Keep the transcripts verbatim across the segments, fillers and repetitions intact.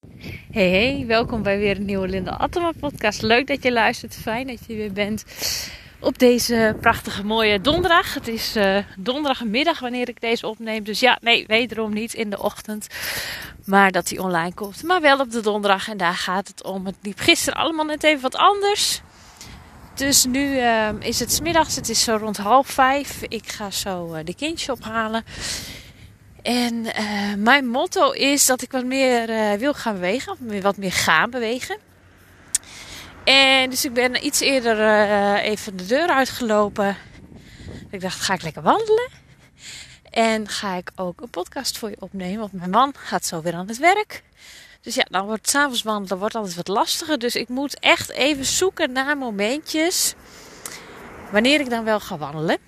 Hey, hey, welkom bij weer een nieuwe Linda Attema podcast. Leuk dat je luistert, fijn dat je weer bent op deze prachtige mooie donderdag. Het is uh, donderdagmiddag wanneer ik deze opneem, dus ja, nee, wederom niet in de ochtend, maar dat die online komt. Maar wel op de donderdag en daar gaat het om. Het liep gisteren allemaal net even wat anders. Dus nu uh, is het 's middags, het is zo rond half vijf. Ik ga zo uh, de kindjes ophalen. En uh, mijn motto is dat ik wat meer uh, wil gaan bewegen. Of wat meer gaan bewegen. En dus ik ben iets eerder uh, even de deur uitgelopen. Ik dacht, ga ik lekker wandelen. En ga ik ook een podcast voor je opnemen. Want mijn man gaat zo weer aan het werk. Dus ja, dan wordt 's avonds wandelen wordt altijd wat lastiger. Dus ik moet echt even zoeken naar momentjes wanneer ik dan wel ga wandelen.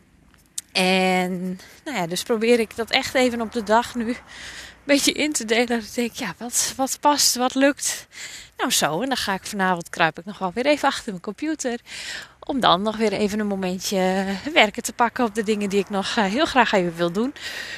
En nou ja, dus probeer ik dat echt even op de dag nu een beetje in te delen. Dat ik denk, ja, wat, wat past, wat lukt. Nou zo, en dan ga ik vanavond, kruip ik nog wel weer even achter mijn computer. Om dan nog weer even een momentje werken te pakken op de dingen die ik nog uh, heel graag even wil doen.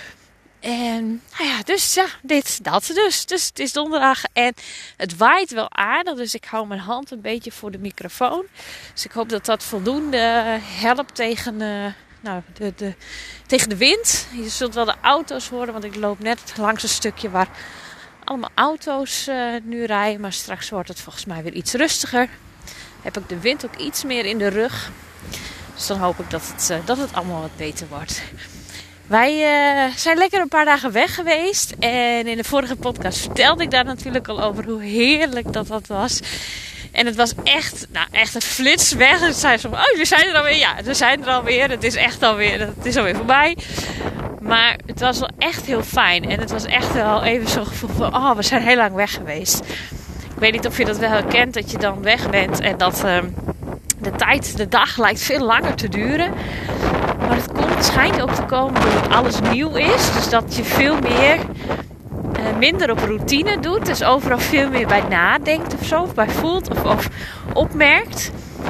En nou ja, dus ja, dit, dat dus. Dus het is donderdag en het waait wel aardig. Dus ik hou mijn hand een beetje voor de microfoon. Dus ik hoop dat dat voldoende helpt tegen... Uh, Nou, de, de, tegen de wind. Je zult wel de auto's horen, want ik loop net langs een stukje waar allemaal auto's uh, nu rijden. Maar straks wordt het volgens mij weer iets rustiger. Heb ik de wind ook iets meer in de rug. Dus dan hoop ik dat het, uh, dat het allemaal wat beter wordt. Wij uh, zijn lekker een paar dagen weg geweest. En in de vorige podcast vertelde ik daar natuurlijk al over hoe heerlijk dat dat was. En het was echt, nou echt een flits weg. Het zei zo, oh, we zijn er alweer. Ja, we zijn er alweer. Het is echt alweer, het is alweer voorbij. Maar het was wel echt heel fijn. En het was echt wel even zo'n gevoel van, oh, we zijn heel lang weg geweest. Ik weet niet of je dat wel herkent, dat je dan weg bent. En dat uh, de tijd, de dag lijkt veel langer te duren. Maar het komt, schijnt ook te komen doordat alles nieuw is. Dus dat je veel meer... Uh, minder op routine doet. Dus overal veel meer bij nadenkt of zo. Of bij voelt of, of opmerkt.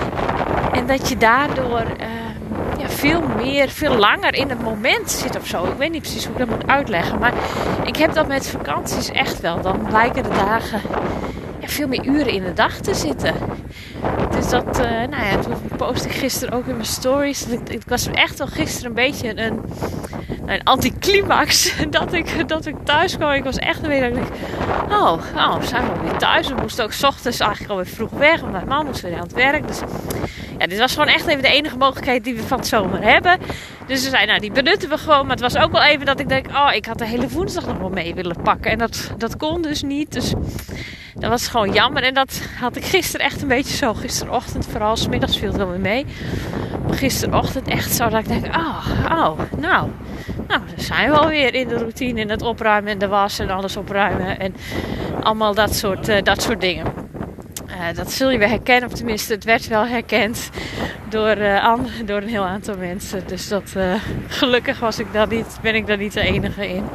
En dat je daardoor uh, ja, veel meer, veel langer in het moment zit of zo. Ik weet niet precies hoe ik dat moet uitleggen. Maar ik heb dat met vakanties echt wel. Dan lijken de dagen ja, veel meer uren in de dag te zitten. Dus dat, uh, nou ja, toen post ik gisteren ook in mijn stories. Ik, ik was echt wel gisteren een beetje een... een anticlimax dat ik, dat ik thuis kwam. Ik was echt een beetje dat ik dacht, oh, oh, we zijn alweer thuis. We moesten ook 's ochtends eigenlijk alweer vroeg weg. Want mijn man moest weer aan het werk. Dus ja, dit was gewoon echt even de enige mogelijkheid die we van het zomer hebben. Dus we zeiden, nou, die benutten we gewoon. Maar het was ook wel even dat ik denk, oh, ik had de hele woensdag nog wel mee willen pakken. En dat, dat kon dus niet. Dus dat was gewoon jammer. En dat had ik gisteren echt een beetje zo. Gisterochtend vooral, 's middags viel het wel weer mee. Maar gisterochtend echt zo dat ik denk, oh, oh, nou... Nou, dan zijn we alweer in de routine, in het opruimen en de was en alles opruimen en allemaal dat soort, uh, dat soort dingen. Uh, dat zul je weer herkennen, of tenminste het werd wel herkend door, uh, an, door een heel aantal mensen. Dus dat, uh, gelukkig was ik daar niet, ben ik daar niet de enige in.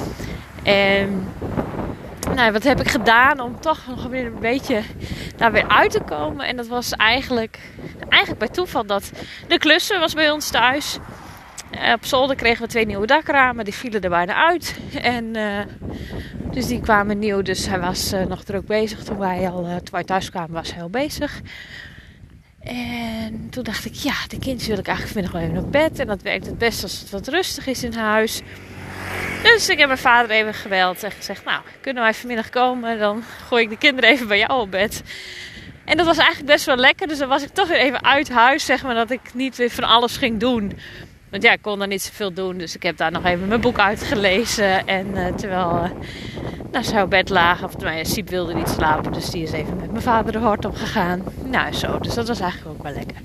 En nou, wat heb ik gedaan om toch nog weer een beetje daar weer uit te komen? En dat was eigenlijk, eigenlijk bij toeval dat de klusser was bij ons thuis. Uh, op zolder kregen we twee nieuwe dakramen. Die vielen er bijna uit. En uh, dus die kwamen nieuw. Dus hij was uh, nog druk bezig. Toen wij, al, uh, toen wij thuis kwamen was hij al bezig. En toen dacht ik, ja, de kindjes wil ik eigenlijk vanmiddag wel even naar bed. En dat werkt het best als het wat rustig is in huis. Dus ik heb mijn vader even gebeld en gezegd, nou, kunnen wij vanmiddag komen? Dan gooi ik de kinderen even bij jou op bed. En dat was eigenlijk best wel lekker. Dus dan was ik toch weer even uit huis, zeg maar, dat ik niet weer van alles ging doen. Want ja, ik kon daar niet zoveel doen. Dus ik heb daar nog even mijn boek uitgelezen. En uh, terwijl uh, nou, ze op bed lagen. Of nou ja, Siep wilde niet slapen. Dus die is even met mijn vader de hort op gegaan. Nou, zo. Dus dat was eigenlijk ook wel lekker.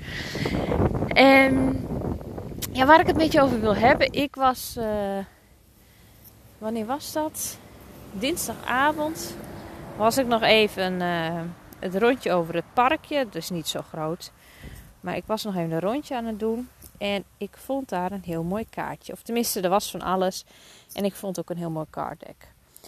En ja, waar ik het een beetje over wil hebben. Ik was... Uh, wanneer was dat? Dinsdagavond was ik nog even uh, het rondje over het parkje. Dus niet zo groot. Maar ik was nog even een rondje aan het doen. En ik vond daar een heel mooi kaartje. Of tenminste, er was van alles. En ik vond ook een heel mooi kaartdek.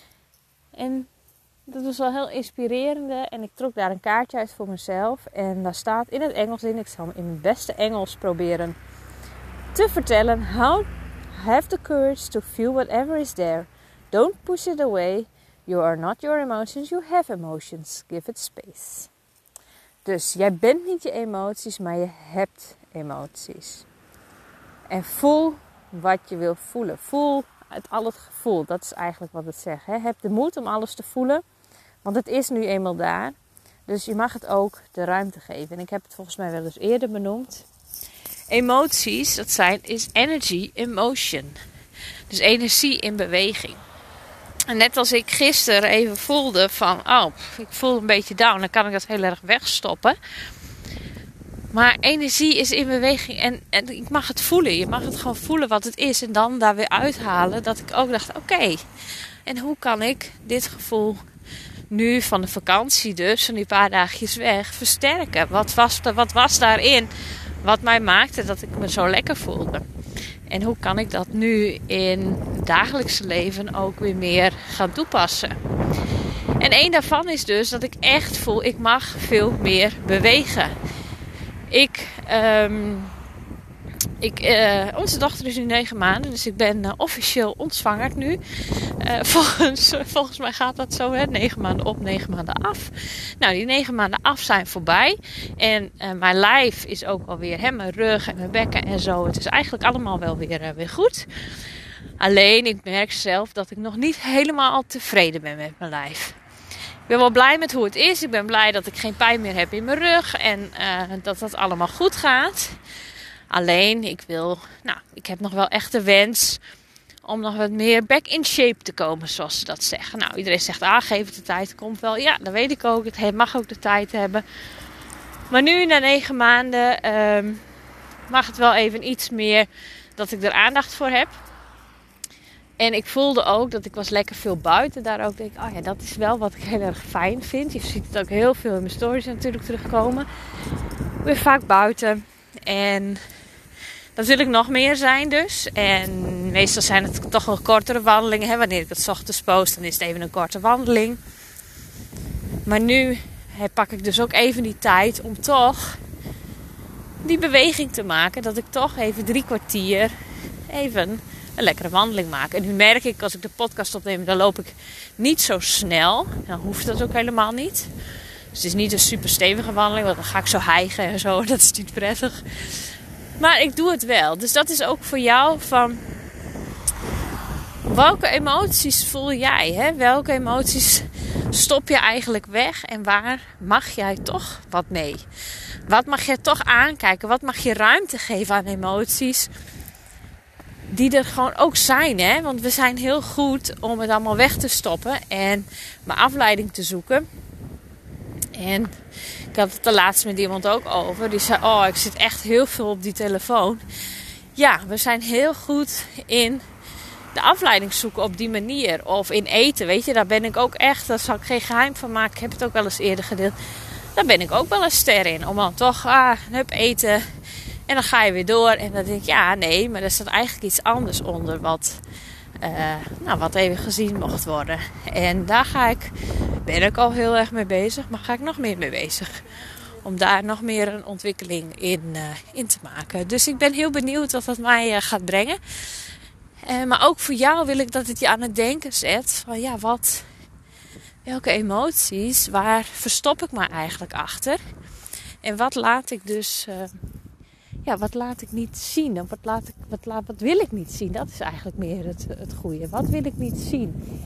En dat was wel heel inspirerend. En ik trok daar een kaartje uit voor mezelf. En daar staat in het Engels in. Ik zal hem in mijn beste Engels proberen te vertellen. How have the courage to feel whatever is there. Don't push it away. You are not your emotions, you have emotions. Give it space. Dus jij bent niet je emoties, maar je hebt emoties. En voel wat je wil voelen. Voel uit al het gevoel. Dat is eigenlijk wat het zegt. Hè? Heb de moed om alles te voelen. Want het is nu eenmaal daar. Dus je mag het ook de ruimte geven. En ik heb het volgens mij wel eens eerder benoemd. Emoties, dat zijn, is energy in motion. Dus energie in beweging. En net als ik gisteren even voelde van, oh, ik voel een beetje down. Dan kan ik dat heel erg wegstoppen. Maar energie is in beweging. En, en ik mag het voelen. Je mag het gewoon voelen wat het is. En dan daar weer uithalen. Dat ik ook dacht, oké. Okay, en hoe kan ik dit gevoel nu van de vakantie dus, van die paar dagjes weg, versterken? Wat was, er, wat was daarin wat mij maakte dat ik me zo lekker voelde? En hoe kan ik dat nu in het dagelijkse leven ook weer meer gaan toepassen? En één daarvan is dus dat ik echt voel, ik mag veel meer bewegen. Ik, um, ik uh, onze dochter is nu negen maanden, dus ik ben uh, officieel ontzwangerd nu. Uh, volgens, volgens mij gaat dat zo, hè? Negen maanden op, negen maanden af. Nou, die negen maanden af zijn voorbij. En uh, mijn lijf is ook alweer, hè, mijn rug en mijn bekken en zo. Het is eigenlijk allemaal wel weer, uh, weer goed. Alleen, ik merk zelf dat ik nog niet helemaal tevreden ben met mijn lijf. Ik ben wel blij met hoe het is. Ik ben blij dat ik geen pijn meer heb in mijn rug. En uh, dat dat allemaal goed gaat. Alleen, ik wil, nou, ik heb nog wel echt de wens om nog wat meer back in shape te komen, zoals ze dat zeggen. Nou, iedereen zegt, ah, geef het de tijd, komt wel. Ja, dat weet ik ook. Het mag ook de tijd hebben. Maar nu, na negen maanden, um, mag het wel even iets meer dat ik er aandacht voor heb. En ik voelde ook dat ik was lekker veel buiten. Daar ook denk ik, oh ja, dat is wel wat ik heel erg fijn vind. Je ziet het ook heel veel in mijn stories natuurlijk terugkomen. Weer vaak buiten. En dat wil ik nog meer zijn dus. En meestal zijn het toch wel kortere wandelingen. Hè? Wanneer ik het 's ochtends post, dan is het even een korte wandeling. Maar nu hè, pak ik dus ook even die tijd om toch die beweging te maken. Dat ik toch even drie kwartier even een lekkere wandeling maak. En nu merk ik, als ik de podcast opneem, dan loop ik niet zo snel. Dan hoeft dat ook helemaal niet. Dus het is niet een super stevige wandeling, want dan ga ik zo hijgen en zo. Dat is niet prettig. Maar ik doe het wel. Dus dat is ook voor jou van, welke emoties voel jij? Hè? Welke emoties stop je eigenlijk weg? En waar mag jij toch wat mee? Wat mag je toch aankijken? Wat mag je ruimte geven aan emoties? Die er gewoon ook zijn. Hè? Want we zijn heel goed om het allemaal weg te stoppen. En mijn afleiding te zoeken. En ik had het er laatst met iemand ook over. Die zei, oh, ik zit echt heel veel op die telefoon. Ja, we zijn heel goed in de afleiding zoeken op die manier. Of in eten, weet je. Daar ben ik ook echt, daar zal ik geen geheim van maken. Ik heb het ook wel eens eerder gedeeld. Daar ben ik ook wel een ster in. Om dan toch, ah, hup, eten. En dan ga je weer door. En dan denk ik, ja, nee. Maar er staat eigenlijk iets anders onder. Wat, uh, nou, wat even gezien mocht worden. En daar ga ik, ben ik al heel erg mee bezig. Maar ga ik nog meer mee bezig. Om daar nog meer een ontwikkeling in, uh, in te maken. Dus ik ben heel benieuwd wat dat mij uh, gaat brengen. Uh, maar ook voor jou wil ik dat het je aan het denken zet. Van ja, wat, welke emoties, waar verstop ik me eigenlijk achter? En wat laat ik dus, uh, ja, wat laat ik niet zien? Of wat, laat ik, wat, laat, wat wil ik niet zien? Dat is eigenlijk meer het, het goede. Wat wil ik niet zien?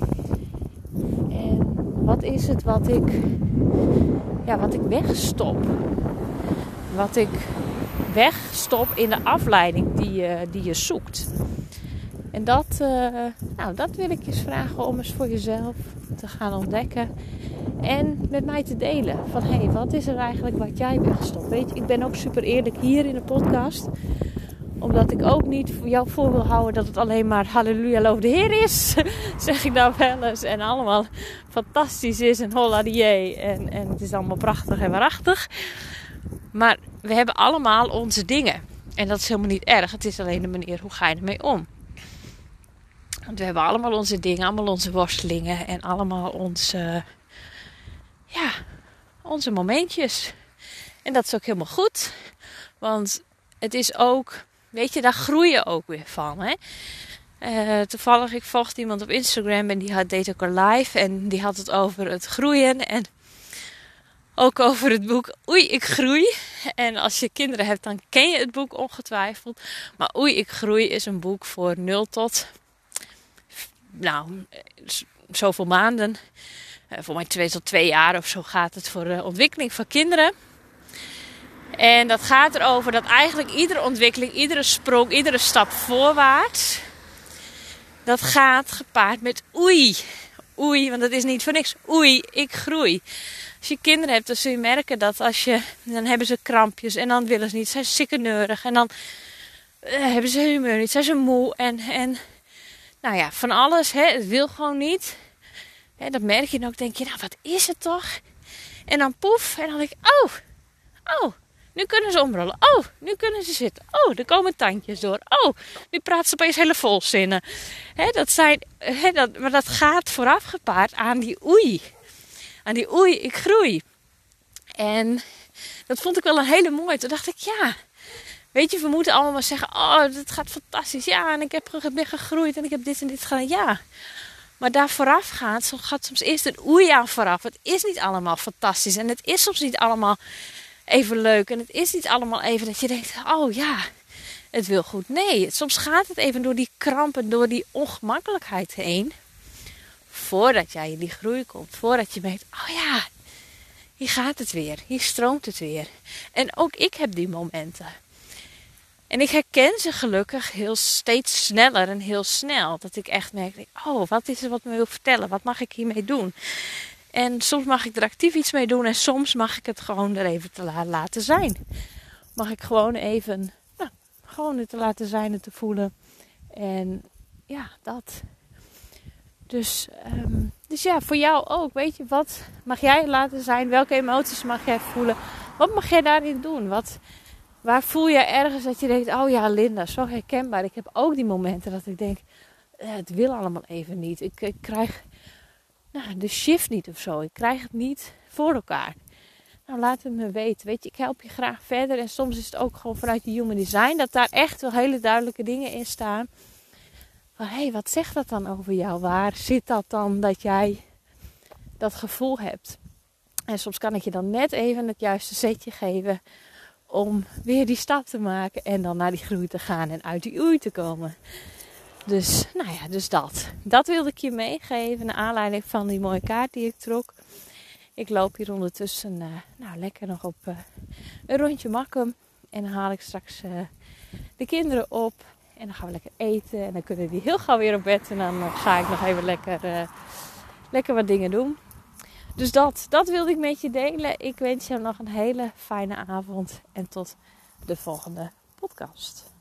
En wat is het wat ik, ja, wat ik wegstop? Wat ik wegstop in de afleiding die je, die je zoekt. En dat, uh, nou, dat wil ik je eens vragen om eens voor jezelf te gaan ontdekken. En met mij te delen. Van hé, hey, wat is er eigenlijk wat jij wegstopt? Weet je, ik ben ook super eerlijk hier in de podcast. Omdat ik ook niet voor jou voor wil houden dat het alleen maar halleluja, loof de Heer is. Zeg ik nou wel eens. En allemaal fantastisch is en holla die jee. En, en het is allemaal prachtig en waarachtig. Maar we hebben allemaal onze dingen. En dat is helemaal niet erg. Het is alleen de manier hoe ga je ermee om. Want we hebben allemaal onze dingen, allemaal onze worstelingen. En allemaal onze, ja, onze momentjes. En dat is ook helemaal goed. Want het is ook, weet je, daar groei je ook weer van. Hè? Uh, toevallig, ik volgde iemand op Instagram en die had, deed ook een live. En die had het over het groeien. En ook over het boek Oei, ik groei. En als je kinderen hebt, dan ken je het boek ongetwijfeld. Maar Oei, ik groei is een boek voor nul tot... Nou, zoveel maanden. Uh, voor mij twee tot twee jaar of zo gaat het voor de ontwikkeling van kinderen. En dat gaat erover dat eigenlijk iedere ontwikkeling, iedere sprong, iedere stap voorwaarts... Dat gaat gepaard met oei. Oei, want dat is niet voor niks. Oei, ik groei. Als je kinderen hebt, dan zul je merken dat als je... Dan hebben ze krampjes en dan willen ze niet. Zijn ze ziekeneurig en dan uh, hebben ze humeur niet. Zijn ze moe en... en nou ja, van alles. Hè, het wil gewoon niet. Hè, dat merk je dan ook. Denk je, nou wat is het toch? En dan poef. En dan denk ik, oh, oh. Nu kunnen ze omrollen. Oh, nu kunnen ze zitten. Oh, er komen tandjes door. Oh, nu praat ze opeens hele volzinnen. Hè, dat zijn, hè, dat, maar dat gaat vooraf gepaard aan die oei. Aan die oei, ik groei. En dat vond ik wel een hele mooie. Toen dacht ik, ja, weet je, we moeten allemaal maar zeggen, oh, het gaat fantastisch. Ja, en ik heb, ben gegroeid en ik heb dit en dit gedaan. Ja, maar daar vooraf gaat, gaat soms eerst een oei aan vooraf. Het is niet allemaal fantastisch. En het is soms niet allemaal... even leuk. En het is niet allemaal even dat je denkt, oh ja, het wil goed. Nee, soms gaat het even door die krampen, door die ongemakkelijkheid heen. Voordat jij in die groei komt. Voordat je merkt, oh ja, hier gaat het weer. Hier stroomt het weer. En ook ik heb die momenten. En ik herken ze gelukkig heel steeds sneller en heel snel. Dat ik echt merk, oh, wat is er wat me wil vertellen? Wat mag ik hiermee doen? En soms mag ik er actief iets mee doen. En soms mag ik het gewoon er even te la- laten zijn. Mag ik gewoon even, nou, gewoon het te laten zijn en te voelen. En ja, dat. Dus, um, dus ja, voor jou ook. Weet je, wat mag jij laten zijn? Welke emoties mag jij voelen? Wat mag jij daarin doen? Wat, waar voel je ergens dat je denkt, oh ja, Linda, zo herkenbaar. Ik heb ook die momenten dat ik denk, eh, het wil allemaal even niet. Ik, ik krijg... Nou, de shift niet of zo. Ik krijg het niet voor elkaar. Nou, laat het me weten. Weet je, ik help je graag verder. En soms is het ook gewoon vanuit je human design. Dat daar echt wel hele duidelijke dingen in staan. Van, hé, hey, wat zegt dat dan over jou? Waar zit dat dan dat jij dat gevoel hebt? En soms kan ik je dan net even het juiste zetje geven. Om weer die stap te maken. En dan naar die groei te gaan. En uit die oei te komen. Dus, nou ja, dus dat. Dat wilde ik je meegeven naar aanleiding van die mooie kaart die ik trok. Ik loop hier ondertussen uh, nou, lekker nog op uh, een rondje Makkum. En dan haal ik straks uh, de kinderen op. En dan gaan we lekker eten. En dan kunnen die heel gauw weer op bed. En dan uh, ga ik nog even lekker, uh, lekker wat dingen doen. Dus dat, dat wilde ik met je delen. Ik wens je nog een hele fijne avond. En tot de volgende podcast.